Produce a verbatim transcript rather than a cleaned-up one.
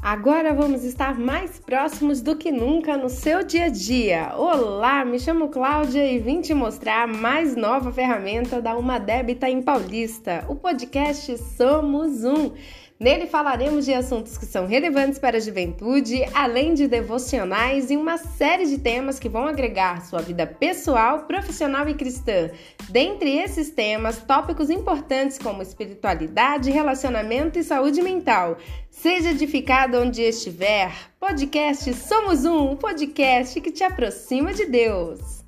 Agora vamos estar mais próximos do que nunca no seu dia a dia. Olá, me chamo Cláudia e vim te mostrar a mais nova ferramenta da Uma Débita em Paulista, o podcast Somos Um. Nele falaremos de assuntos que são relevantes para a juventude, além de devocionais e uma série de temas que vão agregar sua vida pessoal, profissional e cristã. Dentre esses temas, tópicos importantes como espiritualidade, relacionamento e saúde mental. Seja edificado onde estiver. Podcast Somos Um, um podcast que te aproxima de Deus.